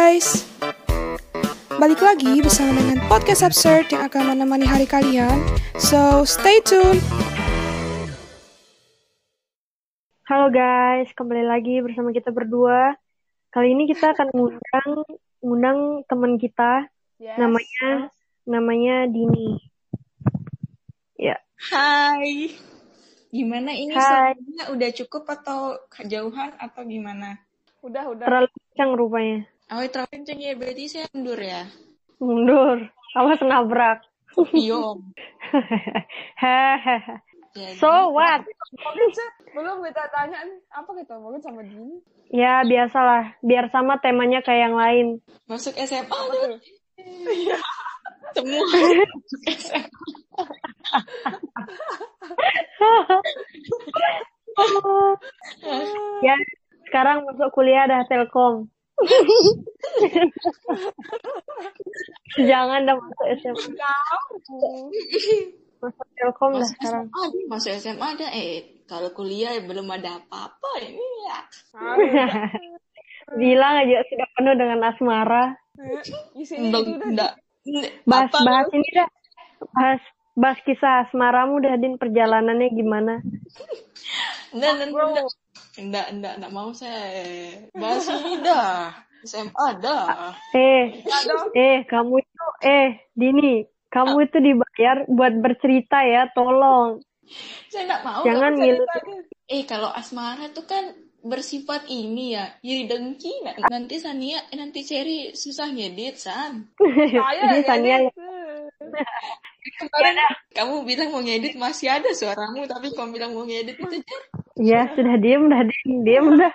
guys, balik lagi bersama dengan podcast absurd yang akan menemani hari kalian. So stay tuned. Halo guys, kembali lagi bersama kita berdua. Kali ini kita akan ngundang teman kita, namanya Dini. Ya. Hai. Gimana ini Hai. suaranya udah cukup atau kejauhan atau gimana? Udah. Terlalu kencang rupanya. Oh, terlalu kenceng ya, berarti saya mundur ya. Mundur. Awas nabrak. Piong. So what? Belum kita tanya nih, apa kita ngomongin sama Dini? Ya biasalah, biar sama temanya kayak yang lain. Masuk SMA Apa tuh. tuh? Iya. Semua masuk SMA. Ya, sekarang masuk kuliah dah Telkom. Jangan dah masuk SMA. Masuk Telkom dah sekarang. Masuk SMA ada kalau kuliah belum ada apa-apa ini ya. Bilang aja sudah penuh dengan asmara. Isinya itu udah. Bahas ini dah. Bahas kisah asmaramu dah, Din, perjalanannya gimana? Enggak mau saya. Bahas ini dah. SMA dah. Dini, kamu itu dibayar buat bercerita ya, tolong. Saya enggak mau. Jangan ngilu. Kalau asmara tuh kan bersifat ini ya, iri dengki. Nanti Sania, nanti Cherry susah ngedit, San. Jadi Sania Kemarin kamu bilang mau ngedit masih ada suaramu, tapi kamu bilang mau ngedit itu Cher. Ya, sudah diem dah.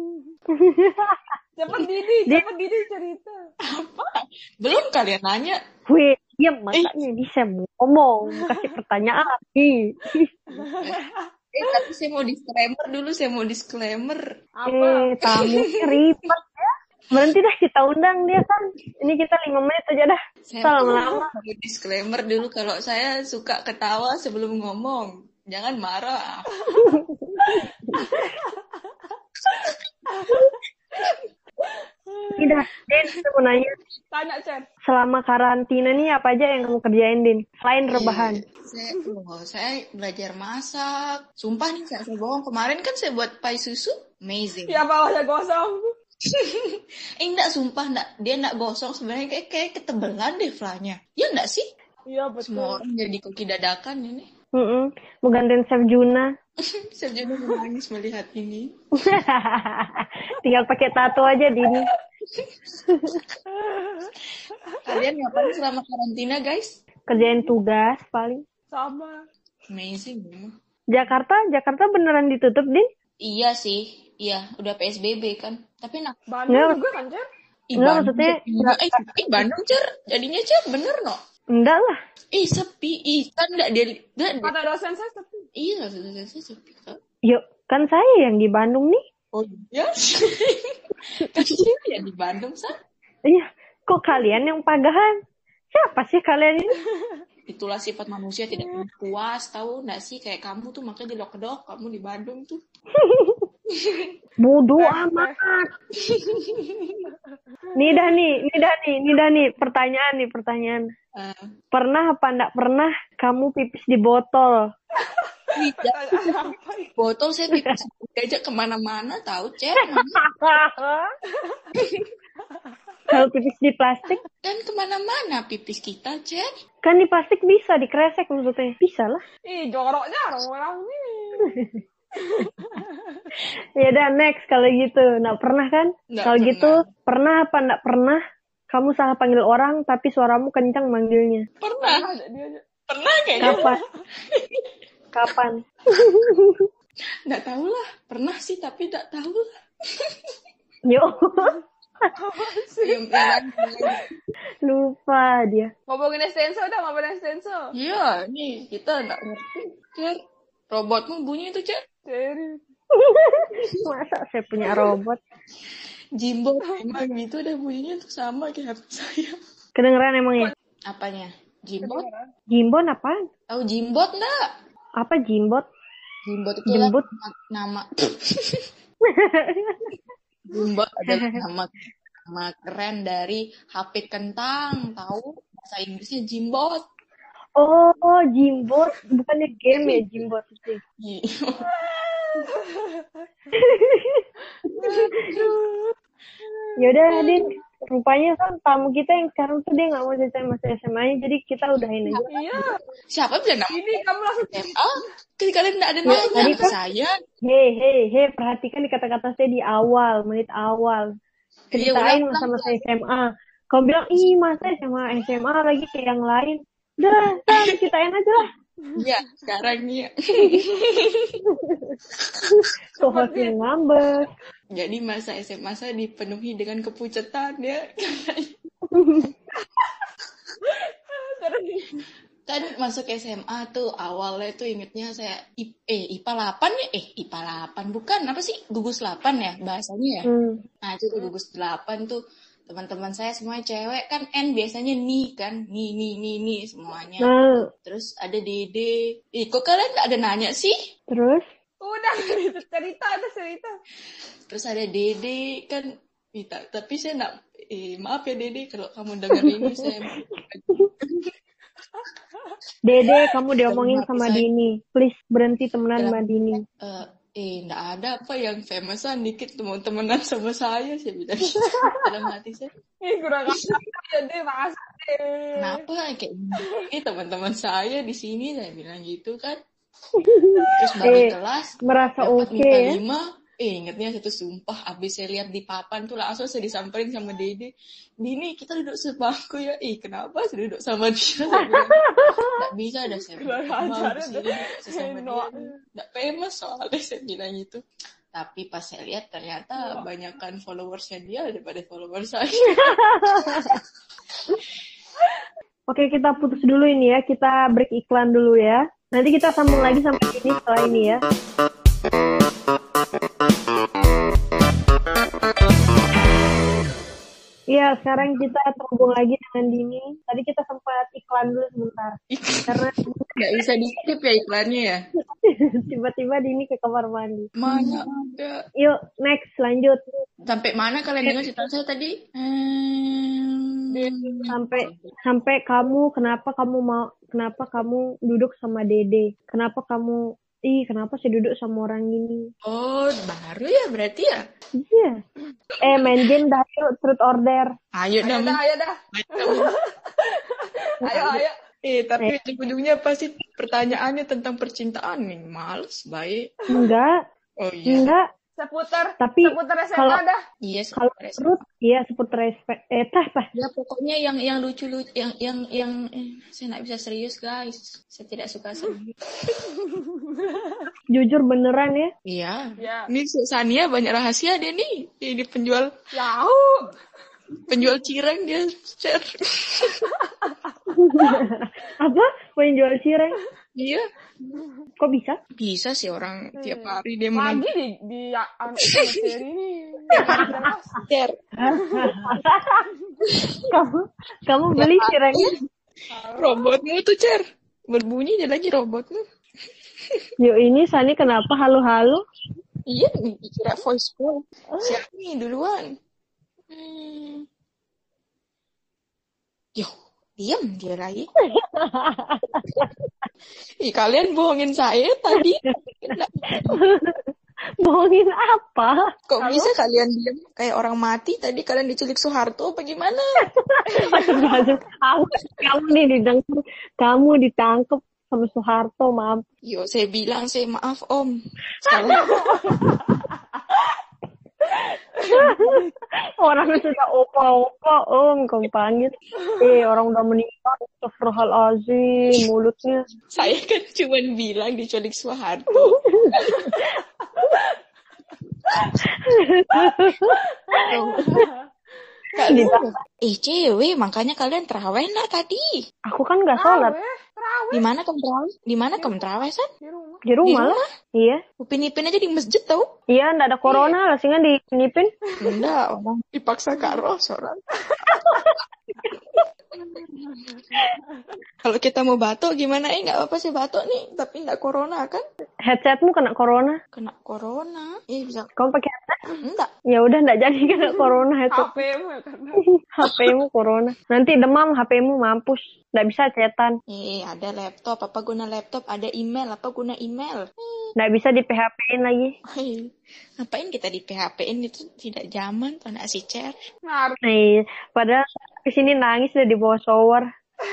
Cepet Dini cerita. Apa? Belum kalian nanya. Wih, diam matanya bisa ngomong, kasih pertanyaan lagi. Tapi saya mau disclaimer. Apa? Tamu ribet ya. Berhenti dah, kita undang dia kan. Ini kita 5 menit aja dah. Saya Lama-lama. mau disclaimer dulu kalau saya suka ketawa sebelum ngomong. Jangan marah. Ini dah, Din, saya mau nanya. Tanya, Chen. Selama karantina nih apa aja yang kamu kerjain, Din? Selain rebahan. Saya belajar masak. Sumpah nih, saya bohong. Kemarin kan saya buat pai susu. Amazing. Ya bawahnya gosong. Enggak, sumpah enggak. Dia enggak gosong sebenarnya, kayak ketebelan deh flanya. Ya enggak sih? Iya betul. Semua orang jadi koki dadakan ini. Mau gantiin Chef Juna. Chef Juna menangis melihat ini. Tinggal pakai tato aja, Dini. Kalian ngapain selama karantina, guys? Kerjain tugas paling. Sama. Amazing. Jakarta beneran ditutup, Din? Iya sih. Iya, udah PSBB kan. Tapi Bandung juga kan, Chen? Enggak, maksudnya Bandung, Cer. Jadinya, Cer, bener no? enggak lah. Sepi. Kan enggak dia. Kata dosen saya sepi. Iya, dosen saya sepi kan. Yuk, kan saya yang di Bandung nih. Oh iya? Kan dia yang di Bandung, San. Iya, kok kalian yang pagahan? Siapa sih kalian ini? Itulah sifat manusia tidak puas, tahu nggak sih? Kayak kamu tuh makanya di lokedok, kamu di Bandung tuh. Bodoh amat. Nih dah nih, pertanyaan. Pernah apa enggak pernah kamu pipis di botol? Botol saya pipis aja kemana-mana, tahu, Cer? Kalau pipis di plastik? Kan kemana-mana pipis kita, Cer. Kan di plastik bisa, dikresek maksudnya. Bisa lah. Joroknya orang ini. Ya udah, next kalau gitu. Nggak pernah kan? Kalau gitu, pernah apa nggak pernah kamu salah panggil orang tapi suaramu kencang manggilnya? Pernah kayaknya. Kapan? Nggak tahu lah. Pernah sih tapi nggak tahu lah. Yuk. Lupa dia. Ngomongin Estenso. Iya, nih kita nggak ngerti, Cer. Robotmu bunyi itu, Cer. Masa saya punya robot? Jimbot emang gitu deh bunyinya tuh sama kayak HP saya. Kedengeran emang ya? Apanya? Jimbot? Jimbon apaan? Tahu jimbot nggak? Apa jimbot? Jimbot itu nama. Jimbot adalah nama Nama keren dari HP kentang, tahu? Bahasa Inggrisnya Jimbot. Oh, Jimbot. Bukannya game ya, Jimbot sih. Yaudah, Din. Rupanya kan tamu kita yang sekarang tuh dia nggak mau ceritain masa SMA-nya, jadi kita udahin aja. Iya. Siapa bilang nama? Ini kamu langsung SMA? Kalian nggak ada nanya ke saya. Hei, perhatikan di kata-kata saya di awal, menit awal. Ceritain masa-masa SMA. Kau bilang, ih masa SMA lagi kayak yang lain. Udah, ceritain aja lah. Iya, sekarang nih. Kohosnya ngambek. Jadi masa SMA saya dipenuhi dengan kepucetan ya. Kan masuk SMA tuh awalnya tuh ingetnya saya IPA 8 ya? IPA 8 bukan, apa sih? Gugus 8 ya bahasanya ya? Nah itu tuh gugus 8 tuh teman-teman saya semuanya cewek kan, biasanya nih kan, nih semuanya. Terus ada Dede. Kok kalian gak ada nanya sih? Terus? udah cerita. Terus ada Dede kan, tapi saya nggak, maaf ya Dede kalau kamu dengar ini saya. Dede, kamu diomongin sama Dini. Please berhenti temenan sama Dini. Nggak ada apa yang famousan dikit teman-temanan sama saya bilang dalam hati saya. Kurang ajar jadi makasih. Kenapa kayak ini teman-teman saya di sini, saya bilang gitu kan. Terus bagi kelas merasa oke ya. 5, ingetnya satu sumpah abis saya lihat di papan tuh langsung saya disamperin sama Dede. Dini kita duduk sebangku ya. Kenapa saya duduk sama dia? Saya bilang, nggak bisa ada saya bilang, sama dia nggak famous soalnya saya bilang gitu. Tapi pas saya lihat ternyata banyakkan followersnya dia daripada followers saya. Oke, kita putus dulu ini ya. Kita break iklan dulu ya. Nanti kita sambung lagi sampai ini setelah ini ya. Iya, sekarang kita terhubung lagi dengan Dini. Tadi kita sempat iklan dulu sebentar. Karena nggak bisa di-skip ya iklannya ya? Tiba-tiba Dini ke kamar mandi. Mana ada. Yuk, next, lanjut. Sampai mana kalian dengar cerita saya tadi? Sampai kamu, kenapa kamu duduk sama Dede? Kenapa saya duduk sama orang ini? Oh, baru ya berarti ya? Iya. Main game dah, yuk, truth order. Ayo dah. Ayo. Tapi ujung-ujungnya pasti pertanyaannya tentang percintaan nih. Males, baik. Enggak. Oh iya. Enggak. Seputar kalau SMA dah. Iya, kalau truth, iya seputar respect. Ya pokoknya yang lucu-lucu, yang saya nggak bisa serius guys. Saya tidak suka serius. Jujur beneran ya? Iya. Ya. Ini Sania banyak rahasia dia nih. Ini penjual cireng dia share. Apa? Pengen jual cireng? Iya. Kok bisa? Bisa sih orang tiap hari dia menang. Lagi di seri ini. Share. Kamu beli cirengnya? Robotmu tuh Cer. Berbunyi dia lagi robotmu. Yuk ini Sani kenapa halo-halo? Iya nih kira voice call. Siapa nih duluan? Yo, diam dia lagi. Kalian bohongin saya tadi. Bohongin apa? Kok bisa kalian diam kayak orang mati? Tadi kalian diculik Soeharto apa gimana? Kamu ditangkap sama Soeharto, maaf. Yo, saya bilang saya maaf Om. Salah. Orang sudah opa-opa, Om, kamu panggil. Orang udah meninggal, astagfirullahaladzim, mulutnya. Saya kan cuma bilang diculik Soeharto. Cewek, makanya kalian terawih nak tadi. Aku kan nggak sholat. Di mana kamu terawih? Di mana kamu terawih, San? Di rumah lah. Iya. Upin-ipin aja di masjid tau? Iya, ndak ada corona, lah sehingga di Ipin. Enggak, orang dipaksa karo sholat. Kalau kita mau batuk gimana? Nggak apa-apa sih batuk nih, tapi nggak corona kan? Headsetmu kena corona. Kena corona. Bisa. Kamu pakai headset? Enggak. Ya udah enggak jadi kena corona headset. HP-mu ya karena. HP-mu corona. Nanti demam HP-mu mampus. Nggak bisa cetan. Ada laptop. Apa guna laptop? Ada email. Apa guna email? Nggak bisa di PHP-in lagi. Ngapain kita di PHP-in itu tidak zaman tuh anak si Cer. Nih, padahal kesini nangis udah di bawah shower.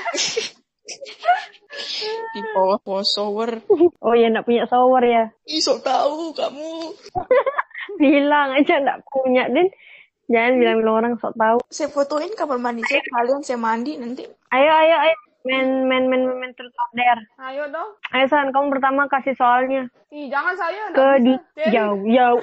Di bawah shower. Oh ya nggak punya shower ya? Sok tahu kamu. Bilang aja nggak punya, Din. Jangan bilang orang sok tahu. Saya fotoin kamar mandi saya, kalian saya mandi nanti. Ayo. Men truth or dare. Ayo dong. Ayo San, kamu pertama kasih soalnya. Ih, jangan saya. Ke di jauh.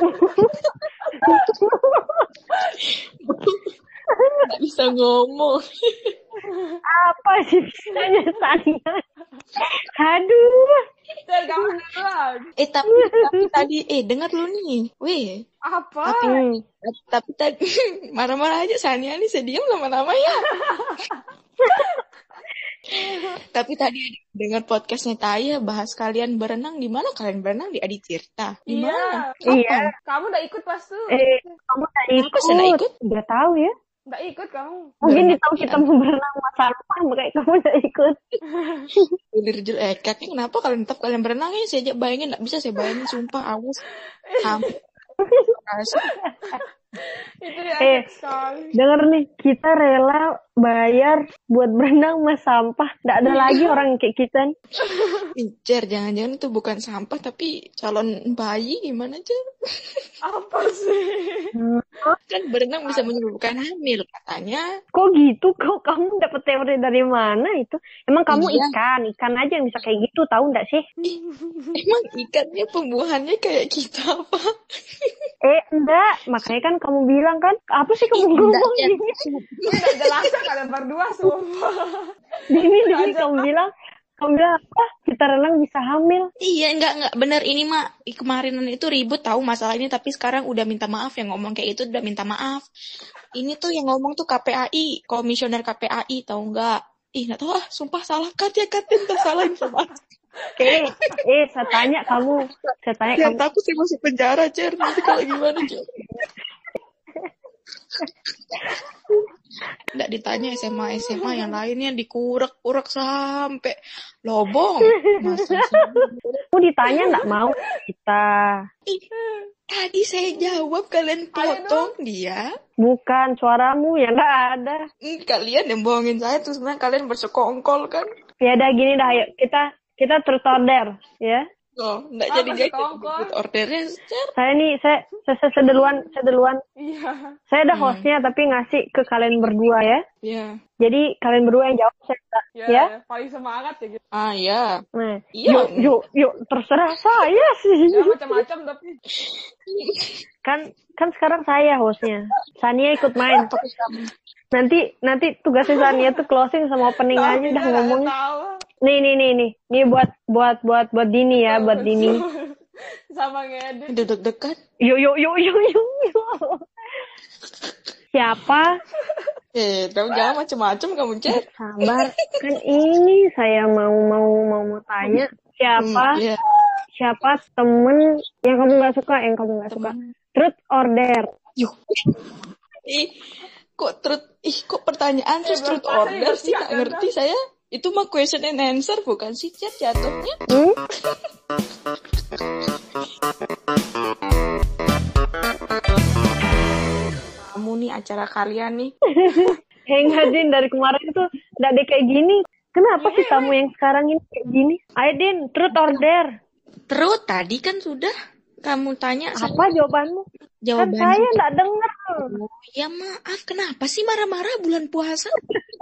Nggak bisa ngomong. Apa sih bisanya Sania? Aduh. Cer, kamu duluan. Tapi tadi dengar lu nih. Weh. Apa? Tapi tadi marah-marah aja Sania nih, saya diam lama-lama ya. Tapi tadi dengar podcastnya Taya bahas kalian berenang, di mana kalian berenang? Di Adi Tirta. Di mana? Iya. Kamu udah ikut pas tuh. Kamu udah ikut? Kenapa saya nggak ikut? Udah tahu ya. Udah ikut kamu. Mungkin tahu kita mau berenang sama sampah, makanya kamu udah ikut. Ulir kakek kenapa kalian tetap kalian berenang ya? Saya aja bayangin, nggak bisa saya bayangin, sumpah awas. Itu ya sekali. Denger nih, kita rela bayar buat berenang sama sampah. Nggak ada lagi orang kayak kita. Cer, jangan-jangan itu bukan sampah tapi calon bayi gimana Cer? Apa sih? Kan berenang bisa menyebabkan hamil katanya. Kok gitu? Kok kamu dapat teori dari mana itu? Emang kamu ikan aja yang bisa kayak gitu, tahu nggak sih? Emang ikannya pembuahannya kayak kita apa? Enggak, makanya kan kamu bilang kan, apa sih kamu ngomong gini? Udah jelasnya kalian berdua sumpah. Gini kamu bilang apa? Kita renang bisa hamil. Iya, enggak benar ini mah kemarinan itu ribut tahu masalah ini, tapi sekarang udah minta maaf, yang ngomong kayak itu udah minta maaf. Ini tuh yang ngomong tuh KPAI, komisioner KPAI, tahu enggak? Enggak tahu sumpah salah Katin salahin sama. Saya tanya kamu. Takut sih masuk penjara, Cer. Nanti kalau gimana, Cer? Nggak ditanya SMA yang lainnya dikurek-kurek sampai lobong. Kamu ditanya nggak mau kita. Tadi saya jawab, kalian potong dia. Bukan, suaramu yang nggak ada. Kalian yang bohongin saya, terus sebenarnya kalian bersekongkol kan? Ya udah gini dah, ayo kita truth or dare, ya. Oh, nggak jadi ordernya. Saya duluan. Iya. Saya ada hostnya tapi ngasih ke kalian berdua ya. Iya. Jadi kalian berdua yang jawab saya. Ya. Paling semangat ya gitu. Iya. Nah, iya. Yuk, terserah saya sih. Ya macam-macam tapi. Kan sekarang saya hostnya. Sania ikut main. Nanti tugasnya Sania tuh closing sama opening aja udah ngomongnya. Nih buat Dini ya, buat Dini. Sama ngedit. Duduk dekat. Yuk. Siapa? Jangan macam-macam kamu, Cer. Sabar, kan ini saya mau tanya. Siapa temen yang kamu nggak suka, Truth or dare? Yuk. Kok pertanyaan terus truth or dare sih? Nggak ngerti saya. Itu mah question and answer bukan sih, Cer, jatuhnya. Kamu nih acara kalian nih. Enggak, Din, dari kemarin tuh nggak ada kayak gini. Kenapa sih kamu yang sekarang ini kayak gini? Ayo, Din, truth or dare? Truth, tadi kan sudah kamu tanya. Apa jawabanmu? Kan saya nggak dengar. Oh, ya maaf, kenapa sih marah-marah bulan puasa?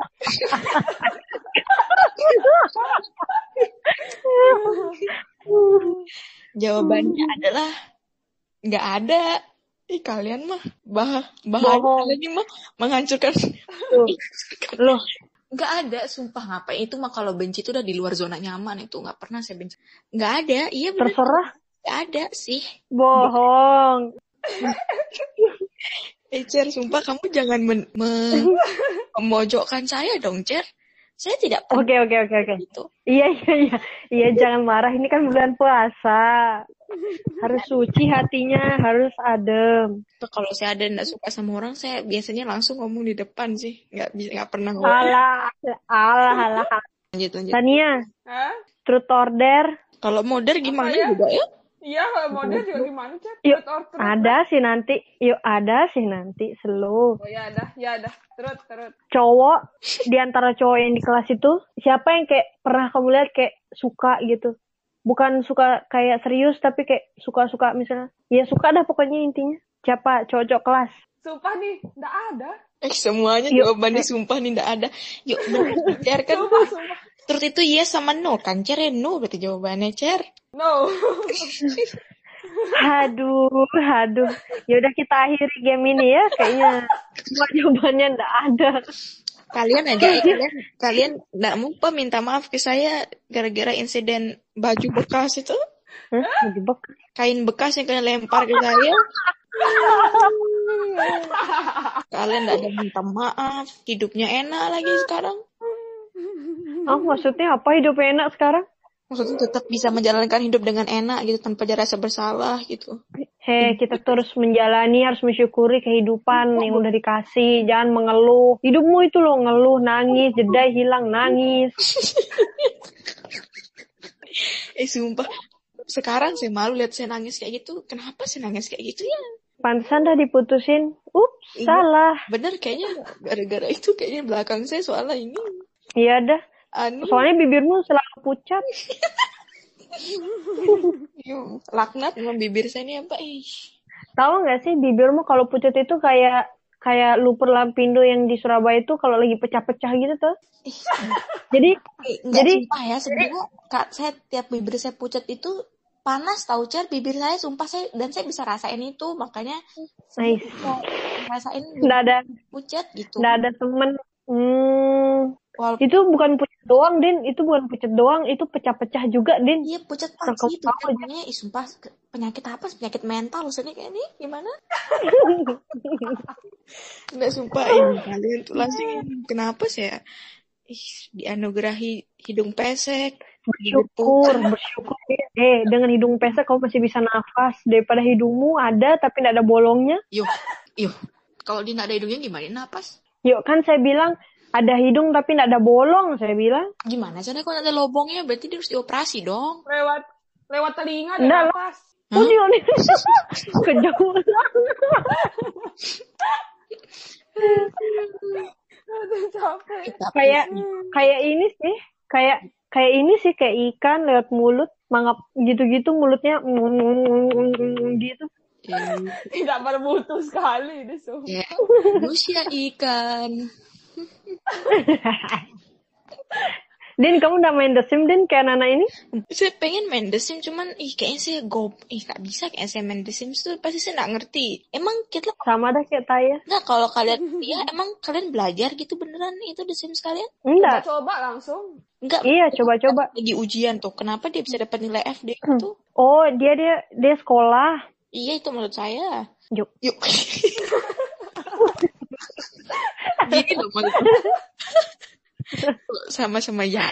Jawabannya adalah nggak ada. Kalian mah bahaya lagi mah menghancurkan. Loh, nggak ada, sumpah ngapain itu mah, kalau benci itu udah di luar zona nyaman, itu nggak pernah saya benci. Nggak ada, iya bener. Terserah. Nggak ada sih. Bohong. Cer, sumpah kamu jangan memojokkan saya dong, Cer. Saya tidak Oke. gitu. Iya, jangan marah. Ini kan bulan puasa. Harus suci hatinya, harus adem. Kalau saya ada nggak suka sama orang, saya biasanya langsung ngomong di depan sih. Nggak pernah ngomong. Alah. Lanjut. Tania, Hah? truth order. Kalau modern gimana ya? juga ya? Iya, kalau model juga gimana, Cep? Yuk, Truth or ada sih nanti, slow. Oh ya ada. Terus. Cowok, di antara cowok yang di kelas itu, siapa yang kayak pernah kamu lihat kayak suka gitu? Bukan suka kayak serius, tapi kayak suka-suka misalnya. Ya suka dah pokoknya intinya. Siapa cowok-cowok kelas? Sumpah nih, nggak ada. Semuanya Yuk. jawabannya sumpah nih nggak ada. Yuk, Cer kan. Sumpah. Terus itu yes sama no kan, Cer? No berarti jawabannya, Cer. No. Aduh. Ya udah kita akhiri game ini ya. Kayaknya semua jawabannya nggak ada. Kalian aja, kalian nggak lupa minta maaf ke saya gara-gara insiden baju bekas itu. Kain bekas yang kalian lempar ke saya. Kalian nggak ada minta maaf. Hidupnya enak lagi sekarang. Oh, maksudnya apa hidup enak sekarang? Maksudnya tetap bisa menjalankan hidup dengan enak gitu tanpa ada rasa bersalah gitu. Kita terus menjalani, harus mensyukuri kehidupan yang udah dikasih. Jangan mengeluh. Hidupmu itu loh ngeluh, nangis, jeda hilang, nangis. Sumpah. Sekarang saya malu lihat saya nangis kayak gitu. Kenapa saya nangis kayak gitu ya? Pantesan dah diputusin. Ups, salah. Bener kayaknya gara-gara itu kayaknya belakang saya soalnya ini. Iya dah. Soalnya bibirmu selalu pucat. Laknat memang bibir saya ini apa? Tahu nggak sih bibirmu kalau pucat itu kayak lumpur lapindo yang di Surabaya itu kalau lagi pecah-pecah gitu tuh. Jadi sumpah ya sebenarnya Kak, saya tiap bibir saya pucat itu panas tahu, Cer, bibir saya sumpah saya bisa rasain itu, makanya saya bisa rasain pucat gitu. Nggak ada temen. Itu bukan pucat doang, Din. Itu bukan pucat doang, itu pecah-pecah juga, Din. Iya, pucat pasti itu. Namanya, sumpah, penyakit apa? Penyakit mental, maksudnya kayak ini, gimana? Nggak, sumpah, kalian tuh langsung, kenapa sih ya? Dianugerahi hidung pesek. Bersyukur. Dengan hidung pesek kamu masih bisa nafas. Daripada hidungmu ada, tapi nggak ada bolongnya. Yuk. Kalau dia nggak ada hidungnya, gimana nafas? Yuk, kan saya bilang, ada hidung tapi nggak ada bolong, saya bilang. Gimana caranya kalau ada lubangnya? Berarti dia harus dioperasi dong. Lewat telinga dan nafas. Nih. Kejauhan. Kayak ini sih, kayak ini sih kayak ikan lewat mulut, mangap gitu-gitu mulutnya gitu. Tidak bermutu sekali ini semua. Manusia ikan. Din, kamu udah main The Sims, Din, kayak anak ini? Saya pengen main The Sims, cuman kayaknya saya gak bisa kayaknya saya main The Sims tuh, pasti saya gak ngerti. Emang kita sama dah kayak Taya. Nah, kalau kalian emang kalian belajar gitu beneran itu The Sims kalian? Enggak. Coba langsung. Enggak. Iya, coba-coba. Lagi ujian tuh, kenapa dia bisa dapat nilai FD itu? Oh, dia sekolah. Iya, itu menurut saya. Yuk. Gini loh maksudnya. Sama-sama ya.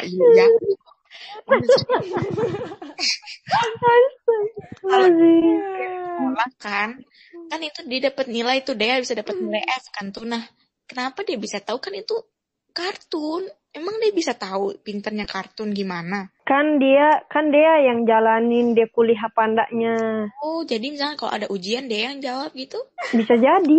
kan itu dia dapat nilai tuh, dia bisa dapat nilai F kan tuh. Nah, kenapa dia bisa tahu? Kan itu kartun. Emang dia bisa tahu pinternya kartun gimana? Kan dia yang jalanin, dia kuliah apa enggaknya. Oh, jadi misalnya kalau ada ujian dia yang jawab gitu? Bisa jadi.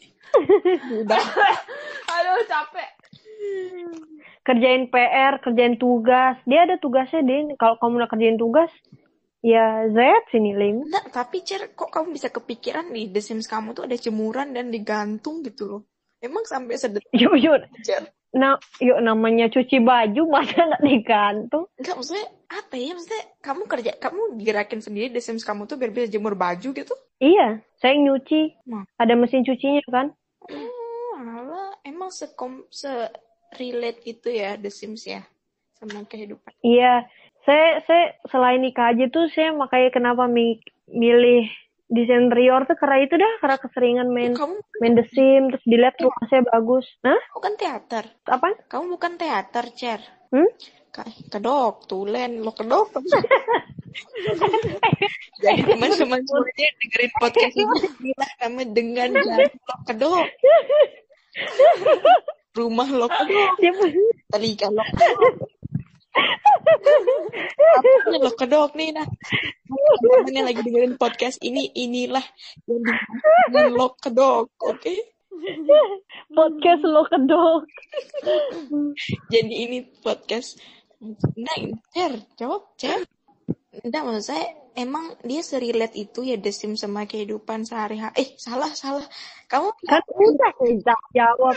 Aduh, capek. Kerjain PR, kerjain tugas. Dia ada tugasnya, Din. Kalau kamu udah kerjain tugas, ya Z sini Lim. Enggak, tapi Cer, kok kamu bisa kepikiran nih The Sims kamu tuh ada jemuran dan digantung gitu loh. Emang sampai sedetik? Yuk. Cer. Nah, namanya cuci baju masa nggak digantung? Enggak, maksudnya apa ya? Maksudnya kamu gerakin sendiri The Sims kamu tuh biar bisa jemur baju gitu? Iya, saya nyuci. Ada mesin cucinya kan? Alah, emang relate itu ya The Sims ya sama kehidupan. Iya, saya selain nikah aja tuh saya makanya kenapa milih Di Sentrior tuh karena itu dah, karena keseringan main The Sims, terus dilihat rumahnya bagus. Hah? Bukan teater. Apa? Kamu bukan teater, Cer. Kedok, tulen, lo kedok. Jadi teman-teman semuanya dengerin podcast ini, bilang kami dengan lo kedok. Rumah lo kedok. Telinga lo kedok. Apanya lo kedok nih, nah. Teman-teman yang lagi dengerin podcast ini, inilah yang dengan lo kedok, oke? Podcast lo kedok. Jadi ini podcast. Nah, Cer, jawab, Cer. Enggak, maksud saya, emang dia serelate itu ya The Sims sama kehidupan sehari-hari. Salah. Kamu kan udah jawab.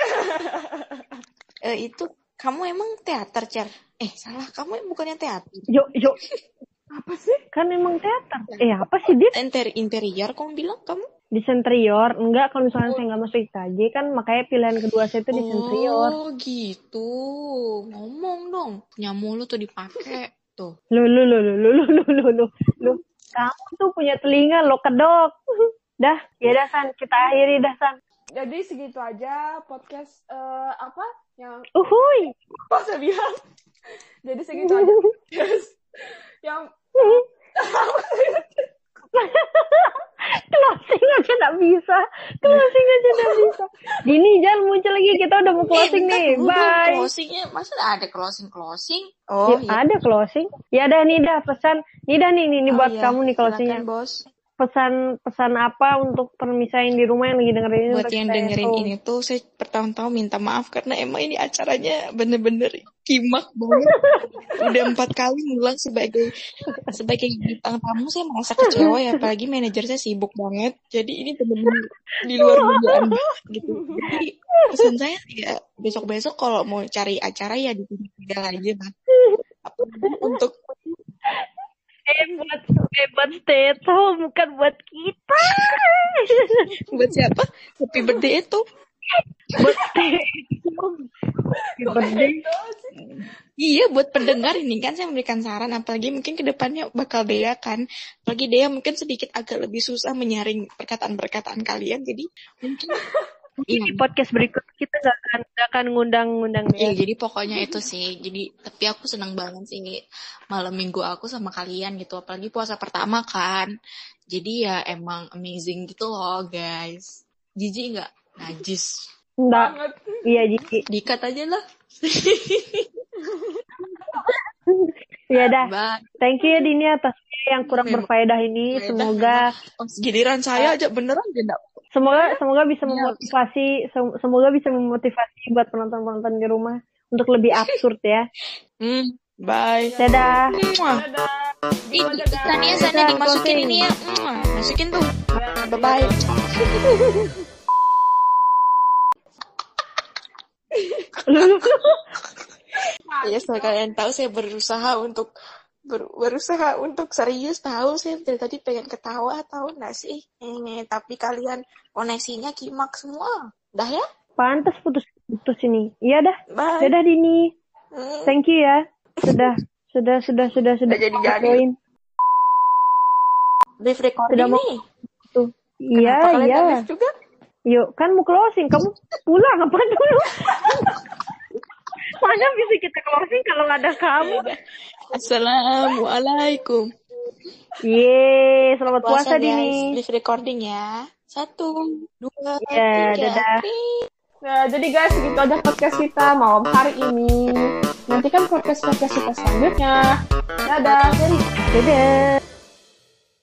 Itu kamu emang teater, Cer? Salah, kamu bukannya teater. Yuk. Apa sih? Kan emang teater. Apa sih dia? Interior kamu bilang kamu? Di Sentrior. Enggak, kalau misalnya saya nggak masuk IKJ kan makanya pilihan kedua saya itu di Sentrior. Oh gitu. Ngomong dong. Punya mulut tuh dipakai tuh. Lu. Kamu tuh punya telinga lo kedok. Dah, ya dah San, kita akhiri dah San. Jadi segitu aja podcast apa yang Uhuy. Apa saya bilang? Jadi segitu aja. Yes. Yang closing aja nggak bisa. Dini jangan muncul lagi, kita udah mau closing nih. Bye. Closingnya masa ada closing? Oh ya, ada closing. Ya dah nih dah pesan. Nih buat kamu nih closingnya. Silakan, Bos. Pesan apa untuk permisain di rumah yang lagi dengerin ini? Buat yang dengerin ini tuh saya pertama-tama minta maaf karena emang ini acaranya bener-bener kimak banget. Udah 4 kali ngulang sebagai bintang tamu, saya merasa kecewa ya, apalagi manajer saya sibuk banget. Jadi ini bener-bener di luar dugaan banget gitu. Jadi pesan saya ya besok-besok kalau mau cari acara ya di tinggal aja lah. Untuk buat Teto, bukan buat kita. Buat siapa? Happy birthday itu. Buat Teto. Iya, buat pendengar ini kan saya memberikan saran, apalagi mungkin kedepannya bakal Dea kan. Apalagi Dea mungkin sedikit agak lebih susah menyaring perkataan-perkataan kalian, jadi mungkin di podcast berikut kita gak akan ngundang dia. Jadi pokoknya itu sih. Jadi tapi aku senang banget sih malam minggu aku sama kalian gitu. Apalagi puasa pertama kan. Jadi ya emang amazing gitu loh guys. Jijik nggak? Najis. Enggak. Iya jijik. Dikat aja lah. Ya dah. Thank you ya Dini atas yang kurang berfaedah ini. Semoga giliran saya aja beneran tidak. Semoga bisa memotivasi, buat penonton-penonton di rumah untuk lebih absurd ya. Bye. Dadah. Ikannya sana dimasukin ini ya. Masukin tuh. Bye. Ya, setelah kalian tahu saya berusaha untuk serius, tahu saya dari tadi pengen ketawa, tahu nggak sih? Tapi kalian koneksinya kimak semua, dah ya? Pantas putus ini. Iya dah. Bye. Dadah Dini. Thank you ya. Sudah. Jadi. Live recording sudah nih. Tuh. Iya. Juga? Yuk, kan mau closing, kamu pulang apa dulu? Mana bisa kita closing kalau nggak ada kamu? Assalamualaikum. Selamat puasa Dini. Live recording ya. 1, 2, 3. Dadah. Nah, jadi guys, segitu aja podcast kita malam hari ini. Nantikan podcast kita selanjutnya. Dadah. Dadah.